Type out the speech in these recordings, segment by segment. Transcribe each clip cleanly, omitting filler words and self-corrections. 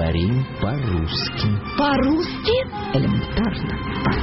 Говорим по-русски. По-русски? Элементарно.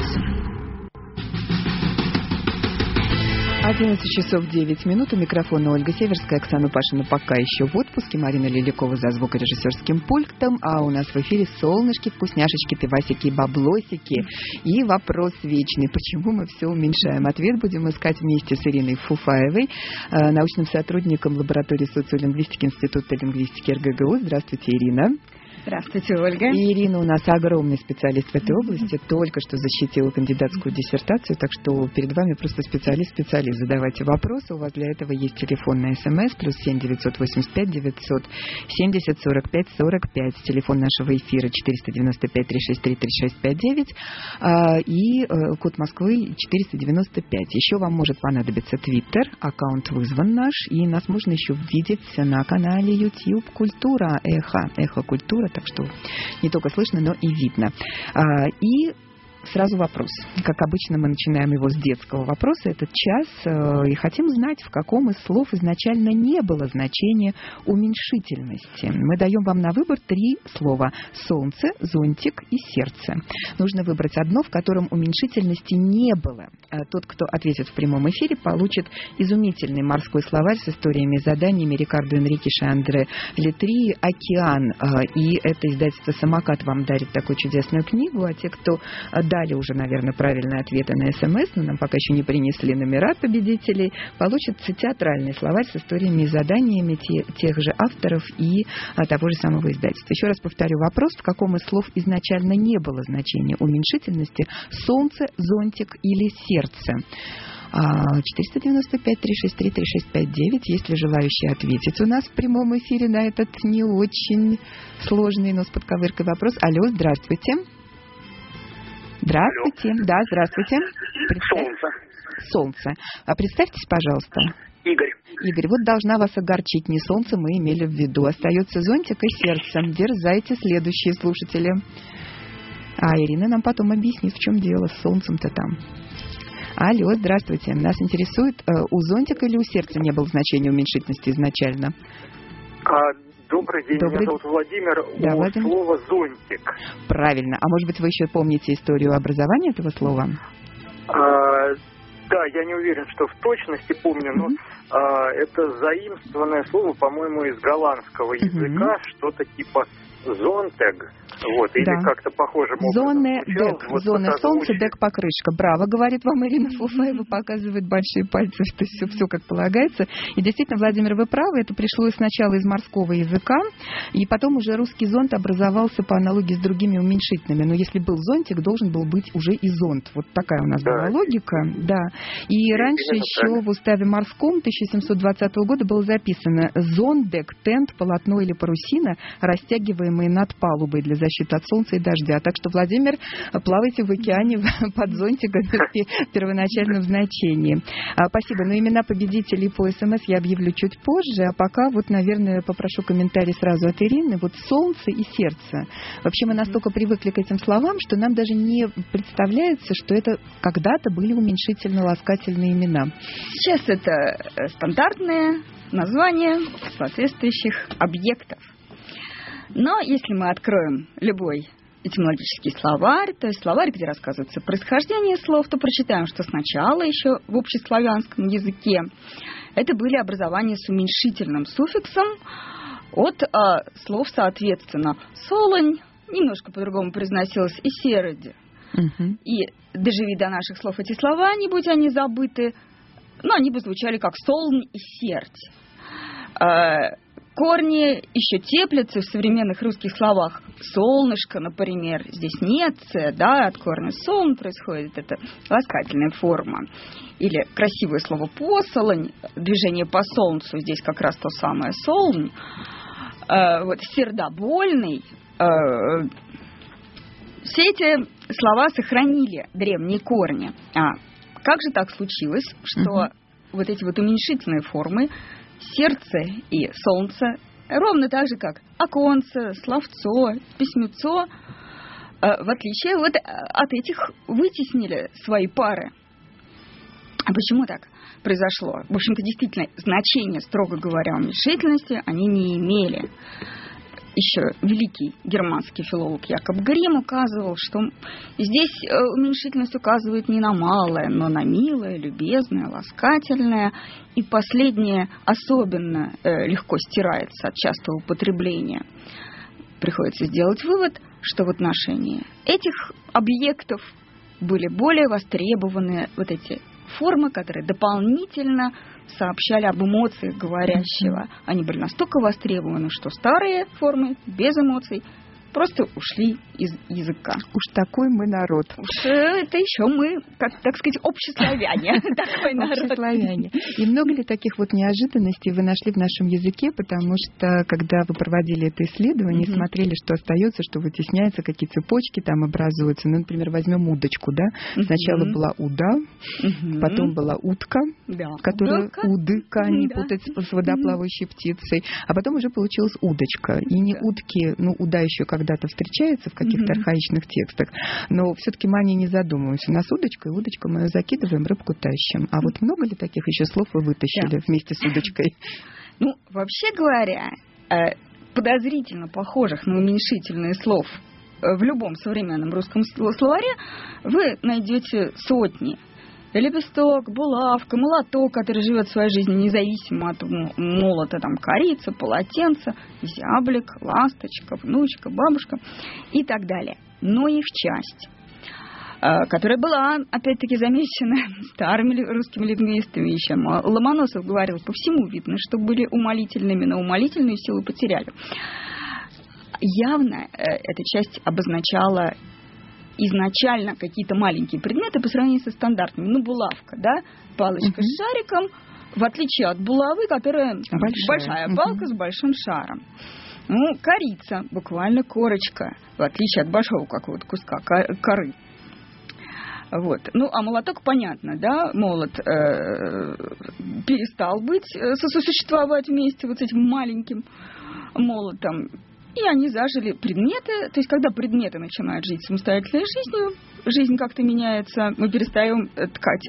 11 часов 9 минут. У микрофона Ольга Северская. Оксана Пашина пока еще в отпуске. Марина Лилякова за звукорежиссерским пультом. А у нас в эфире солнышки, вкусняшечки, пивасики и баблосики. И вопрос вечный. Почему мы все уменьшаем? Ответ будем искать вместе с Ириной Фуфаевой, научным сотрудником лаборатории социолингвистики Института лингвистики РГГУ. Здравствуйте, Ирина. Здравствуйте, Ольга. И Ирина у нас огромный специалист в этой области, только что защитила кандидатскую диссертацию, так что перед вами просто специалист. Задавайте вопросы, у вас для этого есть телефон на СМС, +7 985 970 45 45, телефон нашего эфира 495 363 3659 и код Москвы 495. Еще вам может понадобиться Твиттер, аккаунт вызван наш, и нас можно еще видеть на канале YouTube Культура, Эхо Культура, так что не только слышно, но и видно. И сразу вопрос. Как обычно, мы начинаем его с детского вопроса. Этот час. И хотим знать, в каком из слов изначально не было значения уменьшительности. Мы даем вам на выбор 3 слова. Солнце, зонтик и сердце. Нужно выбрать одно, в котором уменьшительности не было. Тот, кто ответит в прямом эфире, получит изумительный морской словарь с историями и заданиями Рикардо Энрикеша и Андре Летри «Океан». И это издательство «Самокат» вам дарит такую чудесную книгу. А те, кто дали уже, наверное, правильные ответы на СМС, но нам пока еще не принесли номера победителей, получат театральный словарь с историями и заданиями тех же авторов и того же самого издательства. Еще раз повторю вопрос, в каком из слов изначально не было значения уменьшительности: солнце, зонтик или сердце. 495 363 3659. Есть ли желающие ответить у нас в прямом эфире на этот не очень сложный, но с подковыркой вопрос? Алло, здравствуйте. Здравствуйте. Алло. Да, здравствуйте. Солнце. Представьтесь, пожалуйста. Игорь, вот должна вас огорчить. Не солнце мы имели в виду. Остается зонтик и сердце. Дерзайте, следующие слушатели. Ирина нам потом объяснит, в чем дело с солнцем-то там. Алло, здравствуйте. Нас интересует, у зонтика или у сердца не было значения уменьшительности изначально? Добрый день, меня зовут Владимир. Да, Владимир. Слово «зонтик». Правильно. А может быть, вы еще помните историю образования этого слова? Да, я не уверен, что в точности помню, но это заимствованное слово, по-моему, из голландского языка, что-то типа «зонтег». Вот, или как-то похожим образом. Зоны солнца, дек покрышка. Браво, говорит вам Ирина Фуфаева, показывает большие пальцы, что все как полагается. И действительно, Владимир, вы правы, это пришло сначала из морского языка, и потом уже русский зонт образовался по аналогии с другими уменьшительными. Но если был зонтик, должен был быть уже и зонт. Вот такая у нас была логика. Да. И раньше еще в уставе морском 1720 года было записано: зондек, тент, полотно или парусина, растягиваемые над палубой для защиты от солнца и дождя. Так что, Владимир, плавайте в океане под зонтиком в первоначальном значении. Спасибо. Но имена победителей по СМС я объявлю чуть позже. А пока, наверное, попрошу комментарий сразу от Ирины. Солнце и сердце. Вообще мы настолько привыкли к этим словам, что нам даже не представляется, что это когда-то были уменьшительно-ласкательные имена. Сейчас это стандартные названия соответствующих объектов. Но если мы откроем любой этимологический словарь, то есть словарь, где рассказывается происхождение слов, то прочитаем, что сначала еще в общеславянском языке это были образования с уменьшительным суффиксом от слов, соответственно, солонь, немножко по-другому произносилось, и сероди. И доживи до наших слов эти слова, не будь они забыты, но они бы звучали как солнь и сердь. Корни еще теплятся в современных русских словах. Солнышко, например, здесь нет «ц», да, от корня «солн» происходит, это ласкательная форма. Или красивое слово «посолонь», движение по солнцу, здесь как раз то самое «солнь». «Сердобольный». Все эти слова сохранили древние корни. Как же так случилось, что вот эти уменьшительные формы сердце и солнце, ровно так же, как оконце, словцо, письмецо, в отличие от этих вытеснили свои пары. А почему так произошло? В общем-то, действительно, значения, строго говоря, уменьшительности они не имели. еще великий германский филолог Якоб Грим указывал, что здесь уменьшительность указывает не на малое, но на милое, любезное, ласкательное, и последнее особенно легко стирается от частого употребления. Приходится сделать вывод, что в отношении этих объектов были более востребованы вот эти формы, которые дополнительно сообщали об эмоциях говорящего. Они были настолько востребованы, что старые формы без эмоций просто ушли из языка. Уж такой мы народ. Уж это еще мы, так сказать, общеславяне. Такой народ. Общеславяне. И много ли таких вот неожиданностей вы нашли в нашем языке, потому что, когда вы проводили это исследование, смотрели, что остается, что вытесняется, какие цепочки там образуются. Ну, например, возьмем удочку, да? Сначала была уда, потом была утка, которая удыка, не путать с водоплавающей птицей, а потом уже получилась удочка. И не утки, ну, уда еще когда-то встречается в каких-то архаичных текстах, но все-таки мы о ней не задумываемся. У нас удочка, и удочку мы ее закидываем, рыбку тащим. А вот много ли таких еще слов вы вытащили вместе с удочкой? Ну, вообще говоря, подозрительно похожих на уменьшительные слов в любом современном русском словаре вы найдете сотни. Лепесток, булавка, молоток, который живет своей жизнью независимо от молота, там, корица, полотенце, зяблик, ласточка, внучка, бабушка и так далее. Но их часть, которая была, опять-таки, замечена старыми русскими лингвистами еще. Ломоносов говорил, по всему видно, что были умолительными, но умолительную силу потеряли. Явно эта часть обозначала изначально какие-то маленькие предметы по сравнению со стандартными. Ну, булавка, да, палочка с шариком, в отличие от булавы, которая большая палка с большим шаром. Ну, корица, буквально корочка, в отличие от большого какого-то куска коры. Вот. Ну, а молоток, понятно, да, молот перестал сосуществовать вместе вот с этим маленьким молотом. И они зажили предметы. То есть, когда предметы начинают жить самостоятельной жизнью, жизнь как-то меняется, мы перестаем ткать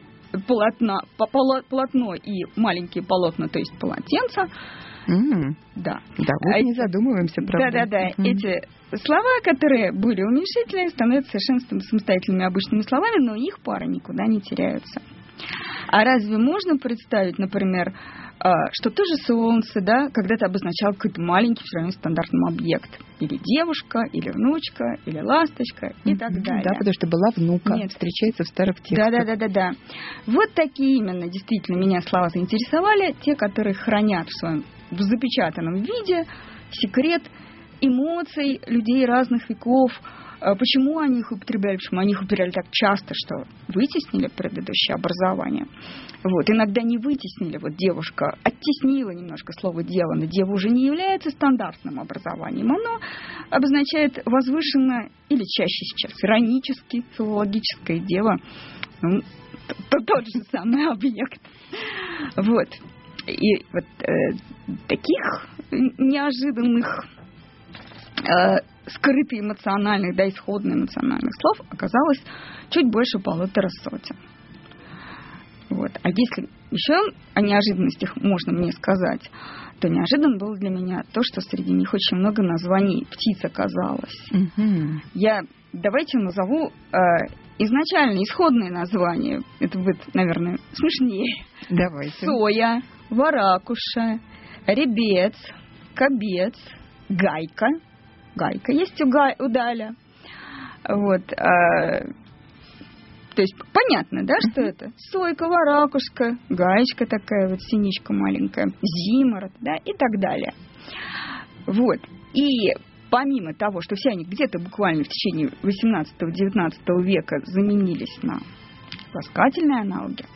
полотно и маленькие полотна, то есть полотенца. Да. Да, вот не задумываемся, правда. Да. Эти слова, которые были уменьшительные, становятся совершенно самостоятельными обычными словами, но их пары никуда не теряются. А разве можно представить, например, что то же солнце, да, когда-то обозначало какой-то маленький в сравнении с стандартным объект. Или девушка, или внучка, или ласточка и так далее. Да, потому что была внука, встречается в старых текстах. Да. Вот такие именно действительно меня слова заинтересовали, те, которые хранят в запечатанном виде секрет эмоций людей разных веков. Почему они их употребляли? Почему они их употребляли так часто, что вытеснили предыдущее образование? Вот. Иногда не вытеснили. Вот девушка оттеснила немножко слово «дева», но дева уже не является стандартным образованием. Оно обозначает возвышенное или чаще сейчас иронически, филологическое дева. Ну, тот же самый объект. Вот. И вот таких неожиданных скрытых эмоциональных, да, исходно эмоциональных слов оказалось чуть больше 150. Вот. А если еще о неожиданностях можно мне сказать, то неожиданно было для меня то, что среди них очень много названий птиц оказалось. Я давайте назову изначально исходные названия. Это будет, наверное, смешнее. Давайте. Соя, варакуша, ребец, кобец, гайка. Гайка есть у Даля. Вот. То есть понятно, да, что это? Сойка, варакушка, гаечка такая вот, синичка маленькая, зимород, да, и так далее. Вот. И помимо того, что все они где-то буквально в течение 18-19 века заменились на ласкательные аналоги,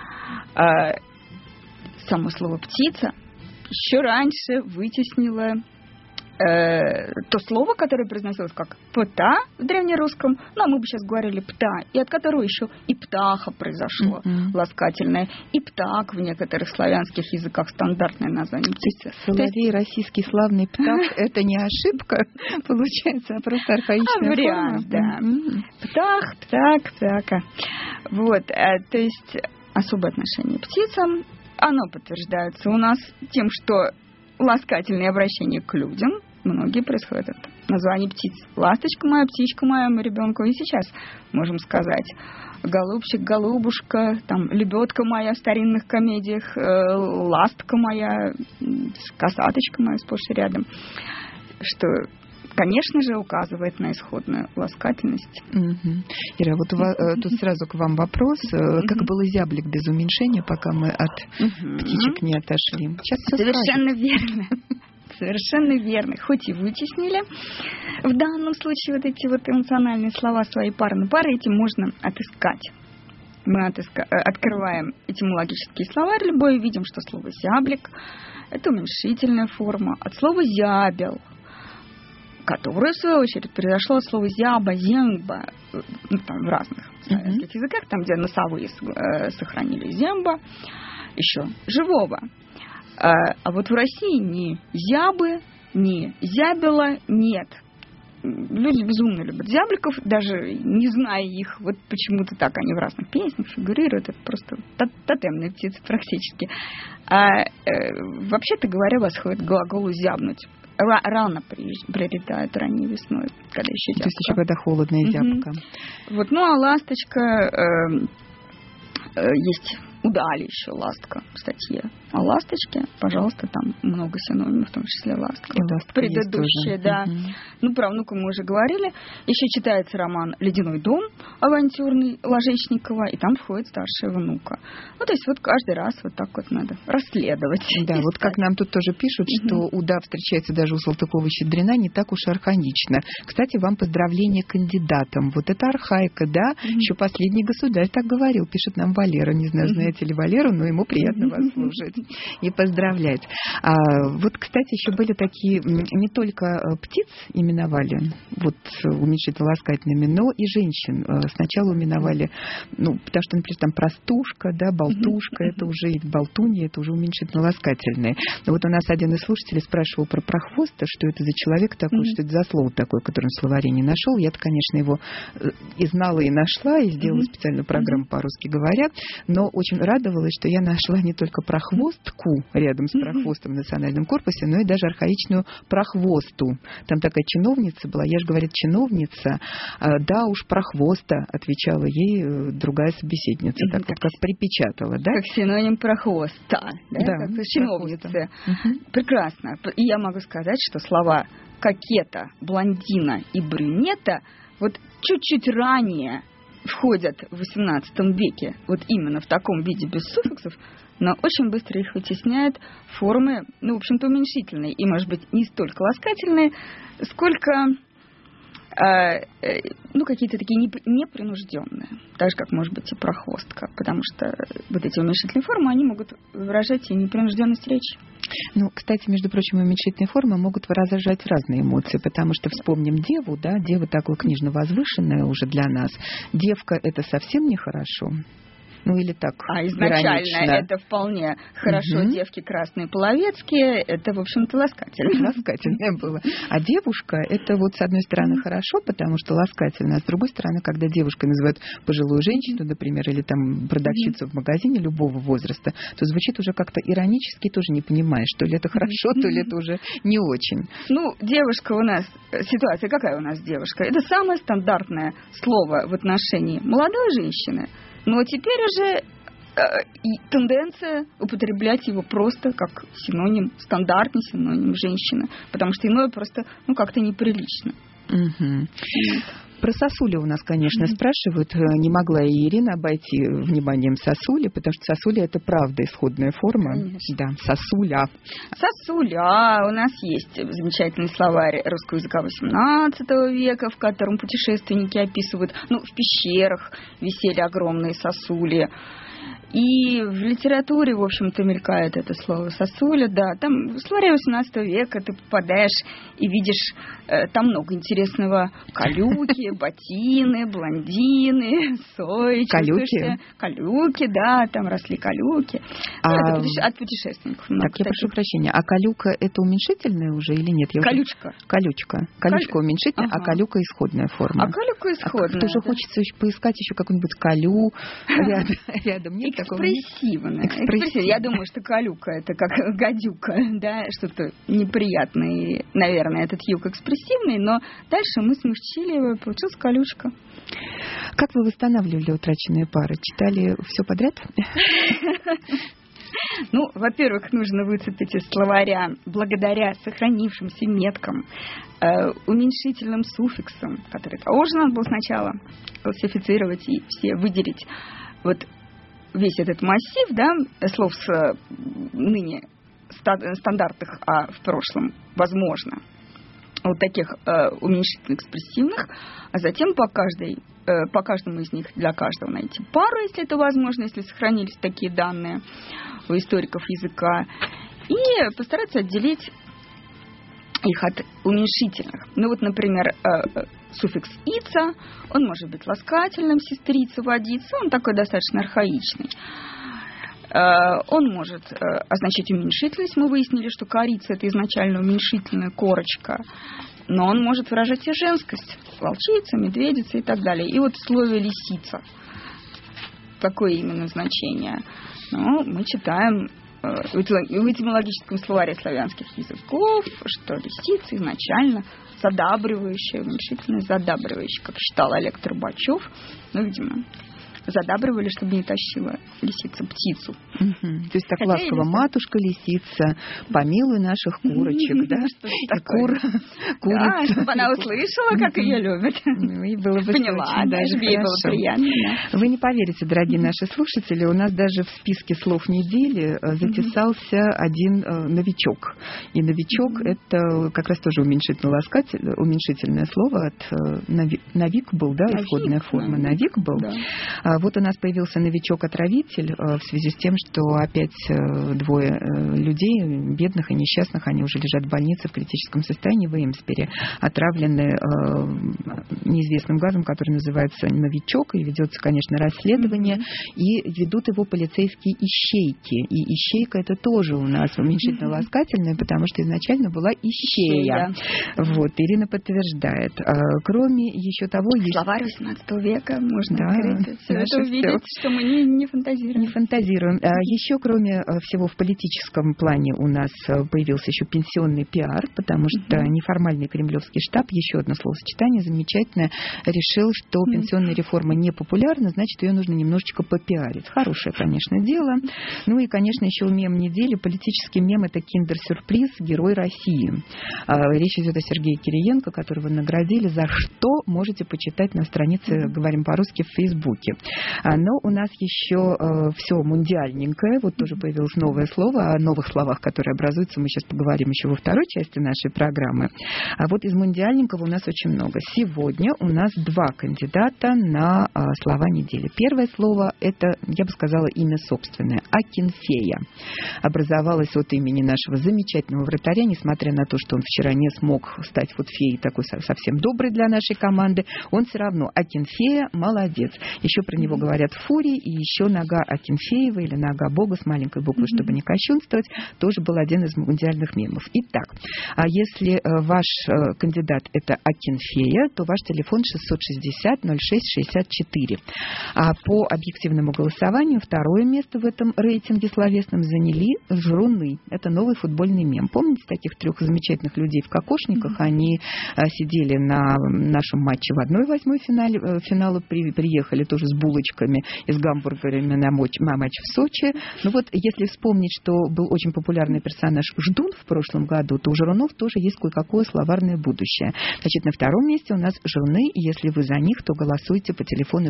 само слово «птица» еще раньше вытеснило то слово, которое произносилось как «пта» в древнерусском, но мы бы сейчас говорили «пта», и от которого еще и «птаха» произошло, ласкательное, и «птак» в некоторых славянских языках стандартное название птицы. Соловей, российский славный птах, это не ошибка, получается, а просто архаичная вариант, да. Птах, птак, птака. Вот, то есть особое отношение к птицам, оно подтверждается у нас тем, что ласкательные обращения к людям многие происходят от названий птиц. Ласточка моя, птичка моя, мы ребенку и сейчас можем сказать. Голубчик, голубушка, там, лебедка моя в старинных комедиях, ластка моя, косаточка моя сплошь и рядом. Что, конечно же, указывает на исходную ласкательность. Ира, вот тут сразу к вам вопрос. Как было зяблик без уменьшения, пока мы от птичек не отошли? Сейчас совершенно верно. Совершенно верно. Хоть и вытеснили в данном случае вот эти вот эмоциональные слова своей пары, но пары эти можно отыскать. Мы открываем этимологический словарь любой и видим, что слово «зяблик» — это уменьшительная форма от слова «зябел», которое, в свою очередь, произошло от слова «зяба», «земба», ну, там, в разных славянских языках, там, где носовые сохранили «земба», еще «живого». А вот в России ни зябы, ни зябела нет. Люди безумно любят зябликов, даже не зная их, вот почему-то так они в разных песнях фигурируют, это просто тотемные птицы практически. Вообще-то говоря, восходит к глаголу «зябнуть». Рано прилетает ранней весной, когда еще зябко. То есть еще когда холодно и зябко. Вот, ну а ласточка, есть удали еще ластка в статье. А ласточки, пожалуйста, там много синонимов, в том числе ластка. Предыдущие, да. Ну, про внука мы уже говорили. Еще читается роман «Ледяной дом» авантюрный Ложечникова, и там входит старшая внука. Ну, то есть вот каждый раз вот так вот надо расследовать. Да, вот как нам тут тоже пишут, что уда встречается даже у Салтыкова-Щедрина не так уж архаично. Кстати, вам поздравления кандидатам. Вот это архаика, да? Еще последний государь так говорил, пишет нам Валера. Не знаю, знаете ли Валеру, но ему приятно вас слушать и поздравлять. Вот, кстати, еще были такие, не только птиц именовали, вот уменьшительно-ласкательными, но и женщин сначала именовали, ну, потому что, например, там простушка, да, болтушка, это уже и болтунья, это уже уменьшительно-ласкательные. Но вот у нас один из слушателей спрашивал про прохвоста, что это за человек такой, что это за слово такое, которое он в словаре не нашел. Я-то, конечно, его и знала, и нашла, и сделала специальную программу по-русски говоря, но очень радовалась, что я нашла не только прохвостку рядом с прохвостом в национальном корпусе, но и даже архаичную прохвосту. Там такая чиновница была, я же, говорит, чиновница, да уж прохвоста, отвечала ей другая собеседница, так вот как припечатала, да? Как синоним прохвоста, да? Как чиновницы. Прекрасно. И я могу сказать, что слова кокета, блондина и брюнета вот чуть-чуть ранее входят в XVIII веке, вот именно в таком виде без суффиксов, но очень быстро их вытесняют формы, ну, в общем-то, уменьшительные, и, может быть, не столько ласкательные, сколько, ну, какие-то такие непринужденные, так же, как, может быть, и прохвостка, потому что вот эти уменьшительные формы, они могут выражать и непринужденность речи. Ну, кстати, между прочим, уменьшительные формы могут выражать разные эмоции, потому что вспомним деву, да, дева такое книжно-возвышенное уже для нас. Девка — это совсем нехорошо. Ну, или так, изначально иронично. Это вполне хорошо. Девки красные половецкие, это, в общем-то, ласкательно. Ласкательное было. А девушка, это вот с одной стороны хорошо, потому что ласкательно, а с другой стороны, когда девушкой называют пожилую женщину, например, или там продавщицу в магазине любого возраста, то звучит уже как-то иронически, тоже не понимаешь, то ли это хорошо, то ли это уже не очень. Ну, девушка у нас, ситуация какая у нас девушка? Это самое стандартное слово в отношении молодой женщины. Но теперь уже тенденция употреблять его просто как синоним, стандартный синоним женщины, потому что иное просто, ну, как-то неприлично. Про сосули у нас, конечно, спрашивают. Не могла и Ирина обойти вниманием сосули, потому что сосули — это правда исходная форма. Конечно. Да, сосуля. Сосуля. У нас есть замечательный словарь русского языка XVIII века, в котором путешественники описывают, ну, в пещерах висели огромные сосули. И в литературе, в общем-то, мелькает это слово «сосуля», да. Там в словаре XVIII века ты попадаешь и видишь там много интересного. Калюки, ботины, блондины, сойчи. Калюки, да, там росли калюки. Это от путешественников. Так, я прошу прощения, а калюка — это уменьшительное уже или нет? Колючка. Колючка уменьшительная, а калюка — исходная форма. А калюка исходная. Тоже хочется поискать еще какую-нибудь калю рядом. Нет, Экспрессивная. Я думаю, что колюка — это как гадюка, да, что-то неприятное. Наверное, этот юг экспрессивный, но дальше мы смягчили его, и получилась колючка. Как вы восстанавливали утраченные пары? Читали все подряд? Ну, во-первых, нужно выцепить из словаря благодаря сохранившимся меткам, уменьшительным суффиксам, которые тоже надо было сначала классифицировать и все выделить. Вот весь этот массив, да, слов с ныне стандартных, а в прошлом возможно, вот таких уменьшительно-экспрессивных, а затем по каждому из них для каждого найти пару, если это возможно, если сохранились такие данные у историков языка, и постараться отделить их от уменьшительных. Ну вот, например, суффикс «ица», он может быть ласкательным, сестрица, водица, он такой достаточно архаичный. Он может означать уменьшительность. Мы выяснили, что корица — это изначально уменьшительная корочка, но он может выражать и женскость. Волчица, медведица и так далее. И вот в слове «лисица» какое именно значение? Ну, мы читаем в этимологическом словаре славянских языков, что лисица изначально задабривающая, уменьшительно задабривающая, как считал Олег Трубачев. Ну, видимо, задабривали, чтобы не тащила лисица птицу. То есть так ласково: матушка лисица, помилуй наших курочек, да? Курица. Да, чтобы она услышала, как ее любят. И было бы поняла, даже ей было приятно. Вы не поверите, дорогие наши слушатели, у нас даже в списке слов недели затесался один новичок. И новичок — это как раз тоже уменьшительное слово от навик был, да, исходная форма навик был. Вот у нас появился новичок-отравитель в связи с тем, что опять двое людей, бедных и несчастных, они уже лежат в больнице в критическом состоянии в Эмсбери, отравлены неизвестным газом, который называется новичок, и ведется, конечно, расследование, и ведут его полицейские ищейки. И ищейка — это тоже у нас уменьшительно-ласкательное, потому что изначально была ищея. Вот, Ирина подтверждает. Кроме еще того... Словарь 18 века можно открыть. Это увидеть, что мы не фантазируем. Не фантазируем. Еще, кроме всего, в политическом плане у нас появился еще пенсионный пиар, потому что неформальный кремлевский штаб, еще одно словосочетание замечательное, решил, что пенсионная реформа не популярна, значит, ее нужно немножечко попиарить. Хорошее, конечно, дело. Ну и, конечно, еще мем недели. Политический мем — это киндер-сюрприз «Герой России». Речь идет о Сергее Кириенко, которого наградили, за что можете почитать на странице «Говорим по-русски» в Фейсбуке. Но у нас еще все мундиальненькое. Вот тоже появилось новое слово. О новых словах, которые образуются, мы сейчас поговорим еще во второй части нашей программы. А вот из мундиальненького у нас очень много. Сегодня у нас два кандидата на слова недели. Первое слово — это, я бы сказала, имя собственное. Акинфея. Образовалось от имени нашего замечательного вратаря, несмотря на то, что он вчера не смог стать вот феей такой совсем доброй для нашей команды, он все равно Акинфея, молодец. Еще про него говорят Фурий, и еще нога Акинфеева или нога Бога с маленькой буквы, чтобы не кощунствовать, тоже был один из мундиальных мемов. Итак, если ваш кандидат — это Акинфея, то ваш телефон 660-06-64. А по объективному голосованию второе место в этом рейтинге словесном заняли жруны. Это новый футбольный мем. Помните таких трех замечательных людей в кокошниках? Они сидели на нашем матче в 1/8 финала, приехали тоже с булочками и с гамбургерами на матч в Сочи. Ну вот, если вспомнить, что был очень популярный персонаж Ждун в прошлом году, то у жрунов тоже есть кое-какое словарное будущее. Значит, на втором месте у нас жруны, и если вы за них, то голосуйте по телефону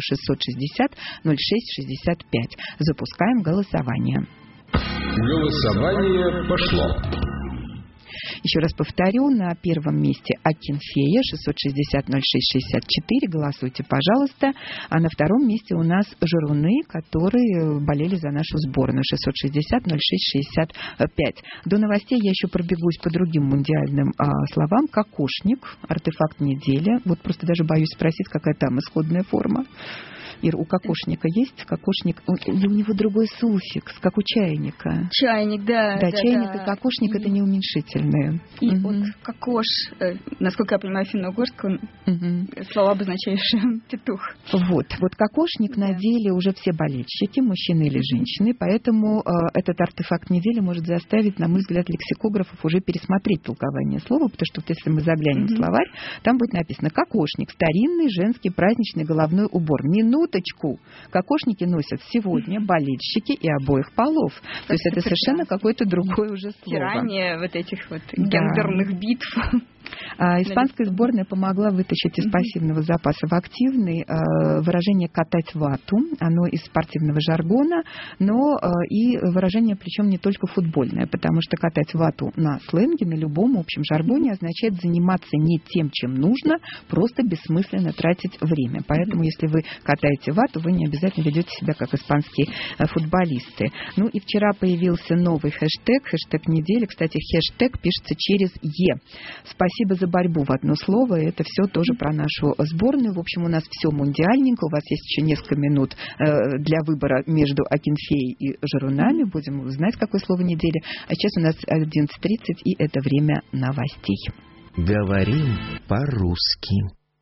660-06-65. Запускаем голосование. Голосование пошло. Еще раз повторю, на первом месте Акинфея, 660-06-64, голосуйте, пожалуйста. А на втором месте у нас жруны, которые болели за нашу сборную, 660-06-65. До новостей я еще пробегусь по другим мундиальным словам. Кокошник, артефакт недели. Вот просто даже боюсь спросить, какая там исходная форма. Ир, у кокошника есть кокошник? Или у него другой суффикс, как у чайника? Чайник, да. Да, чайник и кокошник — это не уменьшительные. И вот кокош, насколько я понимаю, финно-угорского, слова, обозначающие петух. Вот кокошник на деле уже все болельщики, мужчины или женщины, поэтому этот артефакт недели может заставить, на мой взгляд, лексикографов уже пересмотреть толкование слова, потому что вот если мы заглянем в словарь, там будет написано «кокошник» — старинный женский праздничный головной убор. Минуточку! Кокошники носят сегодня болельщики и обоих полов. То есть это совершенно какое-то другое уже слово. Стирание вот этих вот гендерных битв. Испанская сборная помогла вытащить из пассивного запаса в активный выражение «катать вату». Оно из спортивного жаргона, но и выражение, причем не только футбольное, потому что катать вату на сленге, на любом общем жаргоне означает заниматься не тем, чем нужно, просто бессмысленно тратить время. Поэтому, если вы катаете вату, вы не обязательно ведете себя как испанские футболисты. Ну и вчера появился новый хэштег недели. Кстати, хэштег пишется через «Е». Спасибо за борьбу в одно слово. Это все тоже про нашу сборную. В общем, у нас все мундиальненько. У вас есть еще несколько минут для выбора между Акинфеей и Жирунами. Будем знать, какое слово недели. А сейчас у нас 11:30, и это время новостей. Говорим по-русски.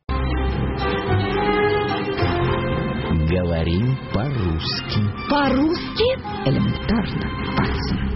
Говорим по-русски. По-русски? Элементарно. Пацан.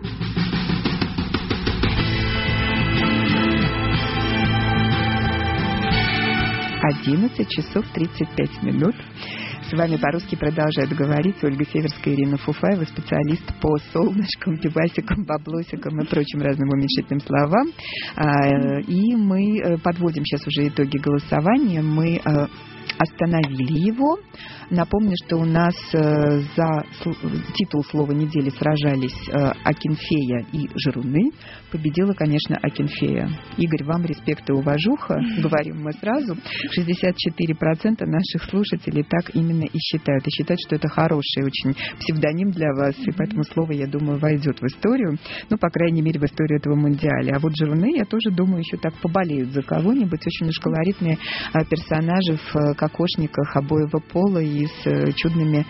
11 часов 35 минут. С вами по-русски продолжает говорить Ольга Северская, Ирина Фуфаева, специалист по солнышкам, пивасикам, баблосикам и прочим разным уменьшительным словам. И мы подводим сейчас уже итоги голосования. Мы остановили его. Напомню, что у нас за титул слова недели сражались Акинфея и Жируны. Победила, конечно, Акинфея. Игорь, вам респект и уважуха. Говорим мы сразу. 64% наших слушателей так именно и считают. И считают, что это хороший очень псевдоним для вас. И поэтому слово, я думаю, войдет в историю. Ну, по крайней мере, в историю этого мундиаля. А вот Жируны, я тоже думаю, еще так поболеют за кого-нибудь. Очень уж колоритные персонажи в кокошниках обоего пола и с чудными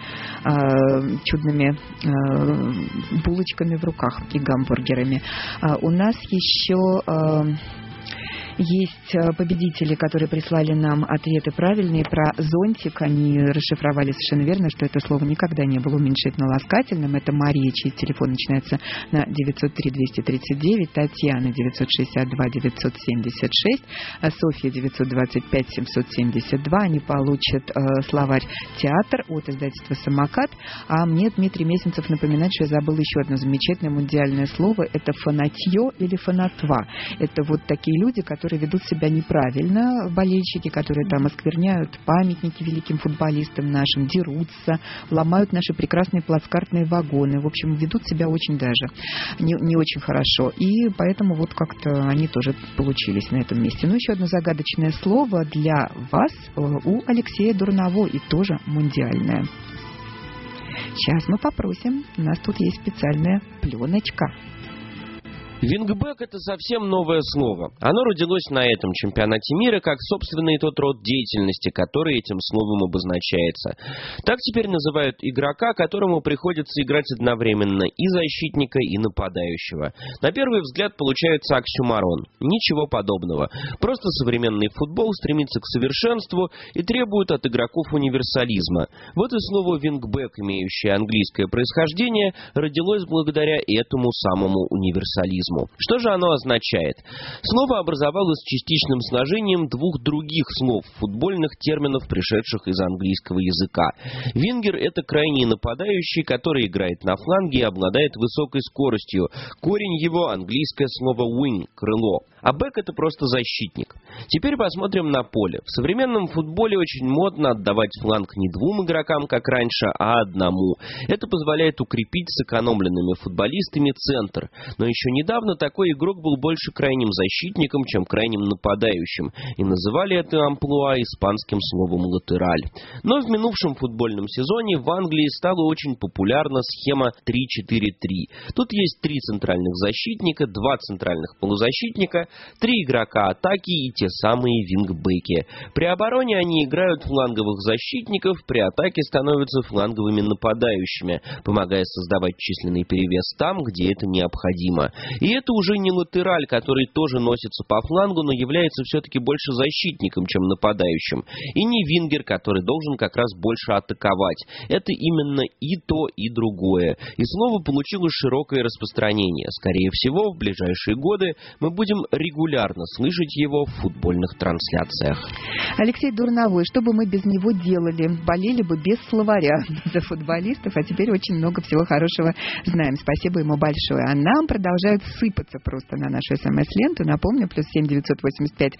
булочками в руках и гамбургерами. У нас еще есть победители, которые прислали нам ответы правильные про зонтик. Они расшифровали совершенно верно, что это слово никогда не было уменьшительно-ласкательным. Это Мария, чей телефон начинается на 903-239, Татьяна 962-976, Софья 925-772. Они получат словарь «Театр» от издательства «Самокат». А мне Дмитрий Месенцев напоминает, что я забыла еще одно замечательное мундиальное слово. Это фанатье или фанатва. Это вот такие люди, которые ведут себя неправильно, болельщики, которые там оскверняют памятники великим футболистам нашим, дерутся, ломают наши прекрасные плацкартные вагоны. В общем, ведут себя очень даже не очень хорошо. И поэтому вот как-то они тоже получились на этом месте. Ну, еще одно загадочное слово для вас у Алексея Дурново, и тоже мундиальное. Сейчас мы попросим. У нас тут есть специальная пленочка. Вингбэк – это совсем новое слово. Оно родилось на этом чемпионате мира как собственный тот род деятельности, который этим словом обозначается. Так теперь называют игрока, которому приходится играть одновременно и защитника, и нападающего. На первый взгляд получается оксюморон. Ничего подобного. Просто современный футбол стремится к совершенству и требует от игроков универсализма. Вот и слово «вингбэк», имеющее английское происхождение, родилось благодаря этому самому универсализму. Что же оно означает? Слово образовалось частичным сложением двух других слов, футбольных терминов, пришедших из английского языка. Вингер – это крайний нападающий, который играет на фланге и обладает высокой скоростью. Корень его – английское слово wing – крыло. А бэк – это просто защитник. Теперь посмотрим на поле. В современном футболе очень модно отдавать фланг не двум игрокам, как раньше, а одному. Это позволяет укрепить сэкономленными футболистами центр. Но еще недавно такой игрок был больше крайним защитником, чем крайним нападающим. И называли это амплуа испанским словом латераль. Но в минувшем футбольном сезоне в Англии стала очень популярна схема 3-4-3. Тут есть 3 центральных защитника, 2 центральных полузащитника 3 игрока атаки и те самые вингбеки. При обороне они играют фланговых защитников, при атаке становятся фланговыми нападающими, помогая создавать численный перевес там, где это необходимо. И это уже не латераль, который тоже носится по флангу, но является все-таки больше защитником, чем нападающим. И не вингер, который должен как раз больше атаковать. Это именно и то, и другое. И слово получило широкое распространение. Скорее всего, в ближайшие годы мы будем регулярно слышать его в футбольных трансляциях. Алексей Дурновой, что бы мы без него делали? Болели бы без словаря за футболистов, а теперь очень много всего хорошего знаем. Спасибо ему большое. А нам продолжают сыпаться просто на нашу СМС-ленту. Напомню, +7 985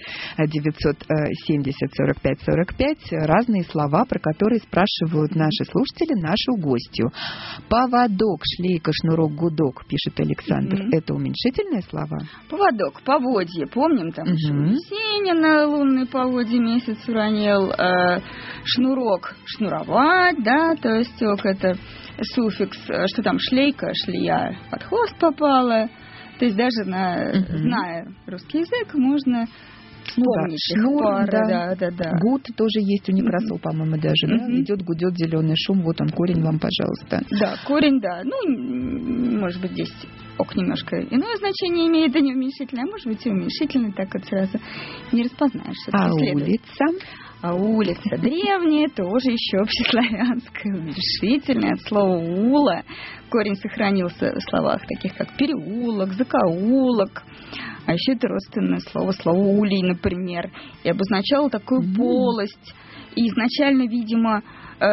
970 45 45. Разные слова, про которые спрашивают наши слушатели, нашу гостью. Поводок, шлейка, шнурок, гудок, пишет Александр. Это уменьшительные слова? Поводок, поводье. Помним, там еще Есенина, лунный поводье месяц уронил. Шнурок, шнуровать, да, то есть это суффикс, что там, шлейка, шлея, под хвост попала. То есть даже зная русский язык, можно вспомнить шнур, пары. Да. Гуд тоже есть у Некрасова, по-моему, даже. Да? Идет, гудет, зеленый шум. Вот он, корень вам, пожалуйста. Да, корень, да. Ну, может быть, здесь немножко иное значение имеет, а не уменьшительное. А может быть, и уменьшительное, так вот сразу не распознаешь. А улица? А улица древняя, тоже еще общеславянская, уменьшительная, от слова «ула». Корень сохранился в словах таких, как переулок, закоулок. А еще это родственное слово «улей», например, и обозначало такую полость. И изначально, видимо,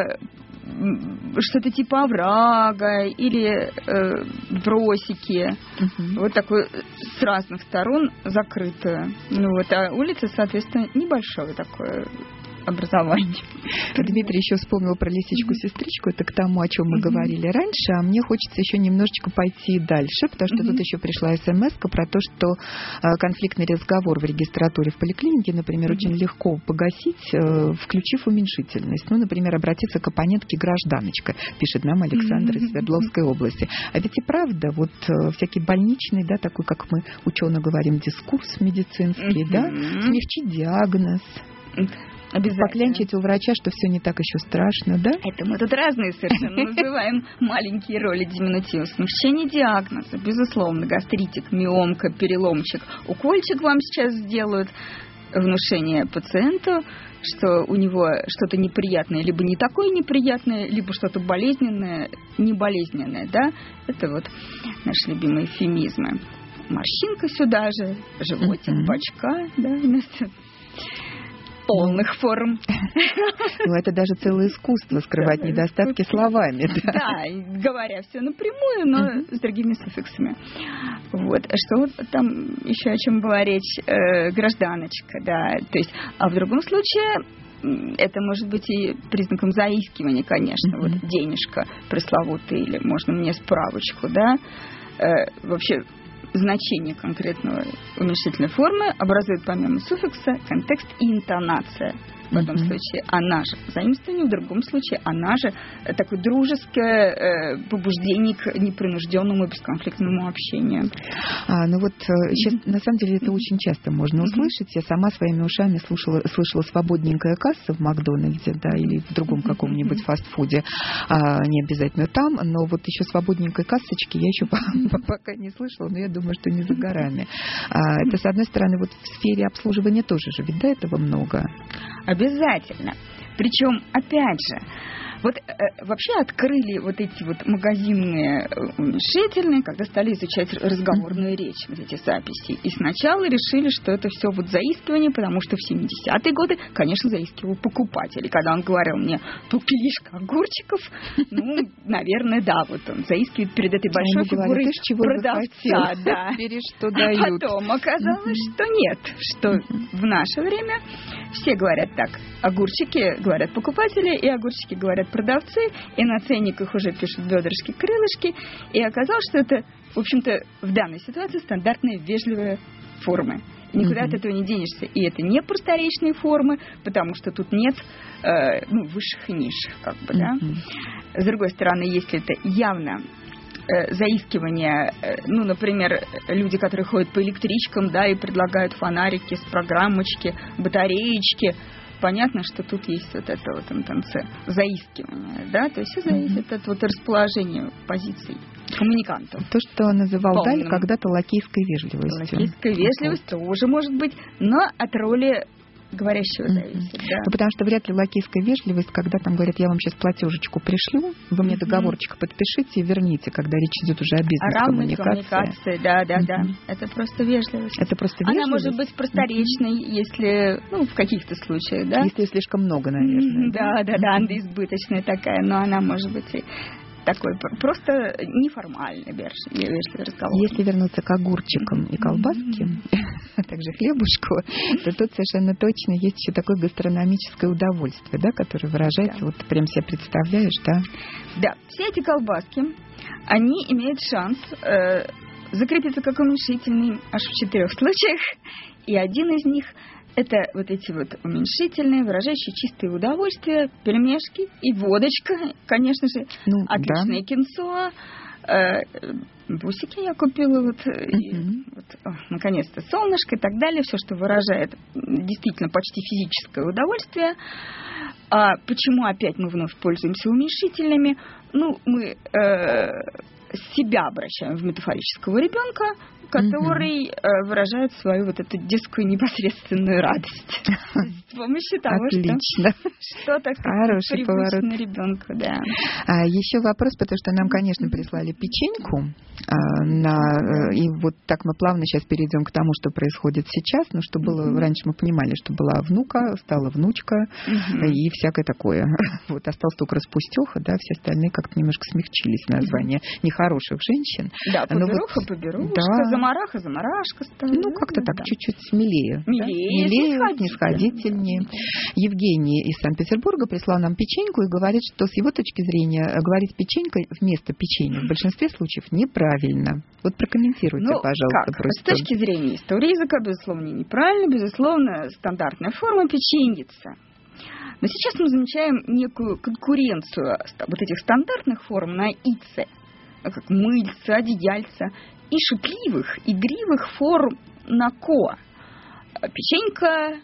что-то типа оврага или бросики. Вот такое с разных сторон закрытое. А улица, соответственно, небольшое такое образование. Дмитрий еще вспомнил про лисичку-сестричку. Это к тому, о чем мы говорили раньше. А мне хочется еще немножечко пойти дальше, потому что тут еще пришла смс-ка про то, что конфликтный разговор в регистратуре в поликлинике, например, очень легко погасить, включив уменьшительность. Например, обратиться к оппонентке гражданочка, пишет нам Александр из Свердловской области. А ведь и правда, вот всякий больничный, да, такой, как мы учено говорим, дискурс медицинский, да, смягчить диагноз. Поклянчить у врача, что все не так еще страшно, да? Это мы тут разные совершенно называем маленькие роли диминутива. Смягчение диагноза, безусловно, гастритик, миомка, переломчик, укольчик вам сейчас сделают, внушение пациенту, что у него что-то неприятное, либо не такое неприятное, либо что-то болезненное, не болезненное, да? Это вот наши любимые эвфемизмы. Морщинка сюда же, животик, бочка, да, вместо полных форм. Это даже целое искусство скрывать недостатки словами. Да, говоря все напрямую, но с другими суффиксами. Вот. Что там еще о чем была речь? Гражданочка, да. То есть, а в другом случае это может быть и признаком заискивания, конечно. Вот денежка пресловутая, или можно мне справочку, да. Вообще значение конкретного уменьшительной формы образует помимо суффикса контекст и интонация. В одном случае она же заимствование, в другом случае она же такое дружеское побуждение к непринужденному и бесконфликтному общению. Сейчас, на самом деле, это очень часто можно услышать. Я сама своими ушами слышала «свободненькая касса» в Макдональдсе, да, или в другом каком-нибудь фастфуде. Не обязательно там, но вот еще «свободненькой кассочки» я еще пока не слышала, но я думаю, что не за горами. Это, с одной стороны, вот в сфере обслуживания тоже же, ведь до этого много. Обязательно. Причем, опять же, вот вообще открыли вот эти вот магазинные уменьшительные, когда стали изучать разговорную речь, вот эти записи. И сначала решили, что это все вот заискивание, потому что в 70-е годы, конечно, заискивал покупатель. И когда он говорил мне «полкилишка огурчиков», наверное, да, вот он заискивает перед этой большой фигурой продавца. Да. Что дают. Потом оказалось, что нет, что в наше время все говорят так. Огурчики говорят покупатели, и огурчики говорят продавцы, и на ценниках уже пишут бедрышки, крылышки. И оказалось, что это, в общем-то, в данной ситуации стандартные вежливые формы. И никуда от этого не денешься. И это не просторечные формы, потому что тут нет высших и низших, как бы, да. С другой стороны, если это явно заискивания. Ну, например, люди, которые ходят по электричкам, да, и предлагают фонарики с программочки, батареечки. Понятно, что тут есть вот это вот интенция заискивания, да, то есть все зависит от вот расположения позиций коммуникантов. То, что называл Даль когда-то лакейской вежливостью. Лакейская вежливость тоже может быть, но от роли говорящего зависит, да. Ну, потому что вряд ли лакейская вежливость, когда там говорят, я вам сейчас платежечку пришлю, вы мне договорчик подпишите и верните, когда речь идет уже о бизнес-коммуникации. Да. Это просто вежливость. Это просто вежливость? Она может быть просторечной, если, ну, в каких-то случаях, да. Если слишком много, наверное. Да, избыточная такая, но она может быть и такой просто неформальный вежливый разговор. Если вернуться к огурчикам и колбаске, а также хлебушку, то тут совершенно точно есть еще такое гастрономическое удовольствие, да, которое выражается, вот прям себе представляешь, да? Да, все эти колбаски, они имеют шанс закрепиться как уменьшительный аж в 4 случаях, и один из них это вот эти вот уменьшительные, выражающие чистое удовольствие, пельмешки и водочка, конечно же, отличное кинцо, бусики я купила, наконец-то солнышко и так далее, все, что выражает действительно почти физическое удовольствие. А почему опять мы вновь пользуемся уменьшительными? Ну, мы себя обращаем в метафорического ребенка, который выражает свою вот эту детскую непосредственную радость с помощью того, что так сказать, привычно ребенку. Да. Еще вопрос, потому что нам, конечно, прислали печеньку, и вот так мы плавно сейчас перейдем к тому, что происходит сейчас, но что было, раньше мы понимали, что была внука, стала внучка и всякое такое. Вот осталась только распустеха, да, все остальные как-то немножко смягчились названия нехороших женщин. Да, поберушка, замарашка стала. Ну, как-то так, чуть-чуть смелее. Смелее, снисходительнее. Евгений из Санкт-Петербурга прислал нам печеньку и говорит, что с его точки зрения говорить печенька вместо печенья в большинстве случаев неправильно. Вот прокомментируйте, пожалуйста. С точки зрения истории языка, безусловно, неправильно. Безусловно, стандартная форма печеньица. Но сейчас мы замечаем некую конкуренцию вот этих стандартных форм на «ице», как мыльца, одеяльца, и шутливых, игривых форм на «ко». Печенька,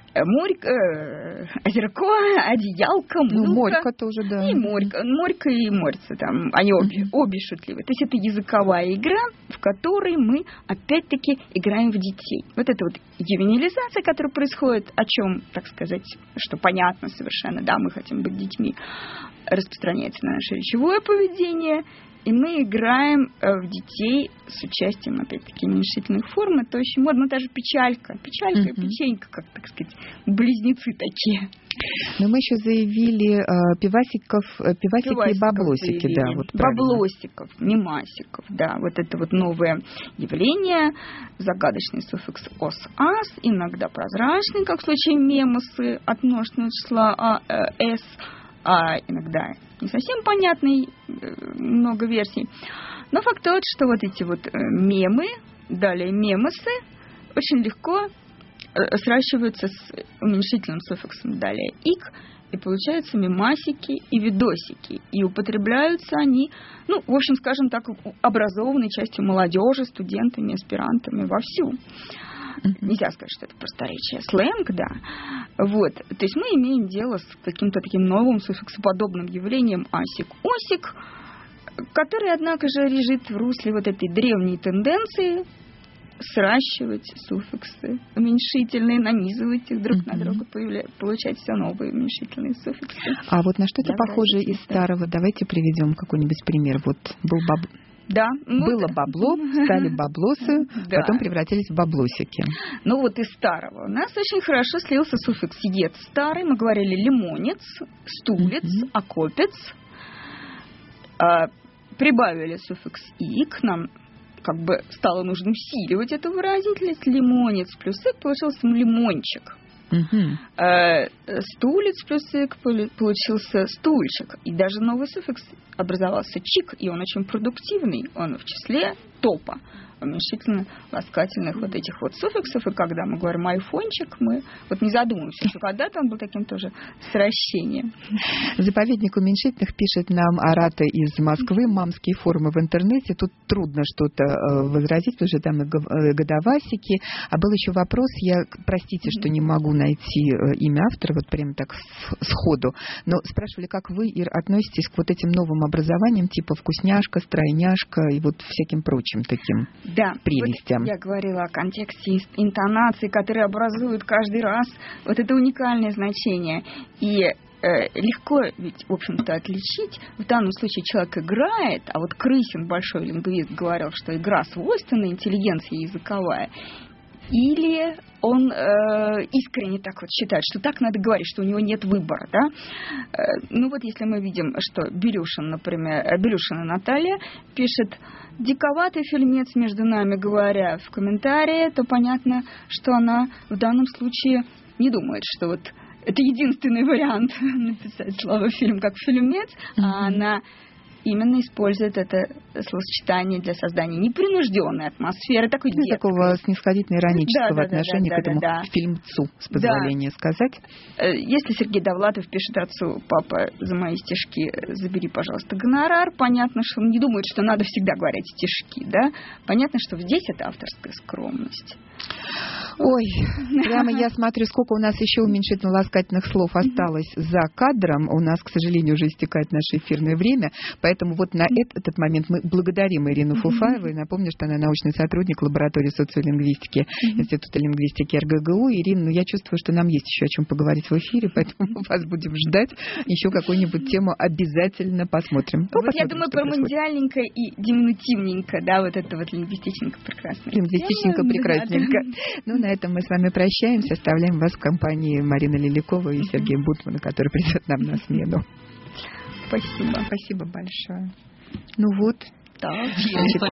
озерко, одеялка, мылка. Ну, морька тоже, да. И морька и морьца, там, они обе шутливые. То есть это языковая игра, в которой мы опять-таки играем в детей. Вот это вот ювенилизация, которая происходит, о чем, так сказать, что понятно совершенно, да, мы хотим быть детьми, распространяется на наше речевое поведение. И мы играем в детей с участием, опять-таки, уменьшительных форм. Это очень модно. Даже печалька и печенька, как, так сказать, близнецы такие. Но мы еще заявили пивасики и баблосики. Да, вот баблосиков, мемасиков, да. Вот это вот новое явление. Загадочный суффикс ос-ас, иногда прозрачный, как в случае мемосы от множественного числа «с», а иногда не совсем понятный, много версий. Но факт тот, что вот эти вот мемы, далее мемосы, очень легко сращиваются с уменьшительным суффиксом далее «ик», и получаются мемасики и видосики. И употребляются они, ну, в общем, скажем так, образованной частью молодежи, студентами, аспирантами вовсю. Нельзя сказать, что это просторечие, сленг, да. Вот. То есть мы имеем дело с каким-то таким новым суффиксоподобным явлением асик-осик, который, однако же, лежит в русле вот этой древней тенденции сращивать суффиксы уменьшительные, нанизывать их друг на друга, получать все новые уменьшительные суффиксы. А вот на что это похоже из старого? Давайте приведем какой-нибудь пример. Вот было бабло, стали баблосы, потом превратились в баблосики. Ну вот из старого. У нас очень хорошо слился суффикс «ец» старый. Мы говорили лимонец, стулец, окопец. Прибавили суффикс «ик». Нам как бы стало нужно усиливать эту выразительность. Лимонец плюс «ик» получился лимончик. Стулец плюс «ик» получился стульчик. И даже новый суффикс образовался «чик», и он очень продуктивный. Он в числе топа. уменьшительно-ласкательных вот этих вот суффиксов. И когда мы говорим айфончик, мы вот не задумываемся, что когда-то он был таким тоже сращением. Заповедник уменьшительных пишет нам Арата из Москвы. Мамские формы в интернете. Тут трудно что-то возразить, потому что там и годовасики. А был еще вопрос, простите, что не могу найти имя автора, вот прямо так сходу, но спрашивали, как вы, Ир, относитесь к вот этим новым образованиям, типа вкусняшка, стройняшка и вот всяким прочим таким прелестям. Вот я говорила о контексте интонации, которые образуют каждый раз вот это уникальное значение. И легко ведь, в общем-то, отличить. В данном случае человек играет, а вот Крысин, большой лингвист, говорил, что игра свойственна интеллигенции языковая. Или он искренне так вот считает, что так надо говорить, что у него нет выбора, да? Ну вот если мы видим, что Белюшин, например, Белюшина Наталья пишет «диковатый фильмец, между нами говоря» в комментарии, то понятно, что она в данном случае не думает, что вот это единственный вариант написать слово «фильм» как «фильмец», а она именно использует это словосочетание для создания непринужденной атмосферы, такой детской. Такого снисходительно-иронического отношения к этому фильмцу, с позволения сказать. Если Сергей Довлатов пишет отцу: «Папа, за мои стишки забери, пожалуйста, гонорар», понятно, что он не думает, что надо всегда говорить стишки, да? Понятно, что здесь это авторская скромность. Ой, прямо я смотрю, сколько у нас еще уменьшительно-ласкательных слов осталось за кадром. У нас, к сожалению, уже истекает наше эфирное время. Поэтому вот на этот момент мы благодарим Ирину Фуфаеву. И напомню, что она научный сотрудник лаборатории социолингвистики Института лингвистики РГГУ. Ирина, я чувствую, что нам есть еще о чем поговорить в эфире, поэтому мы вас будем ждать. Еще какую-нибудь тему обязательно посмотрим. Я думаю, промондиальненько и диминутивненько, да, вот это вот лингвистичненько прекрасно. Лингвистичненько прекрасненько. Ну, на этом мы с вами прощаемся. Оставляем вас в компании Марины Лилякова и Сергея Бутмана, который придет нам на смену. Спасибо. Спасибо большое. Ну вот. Да.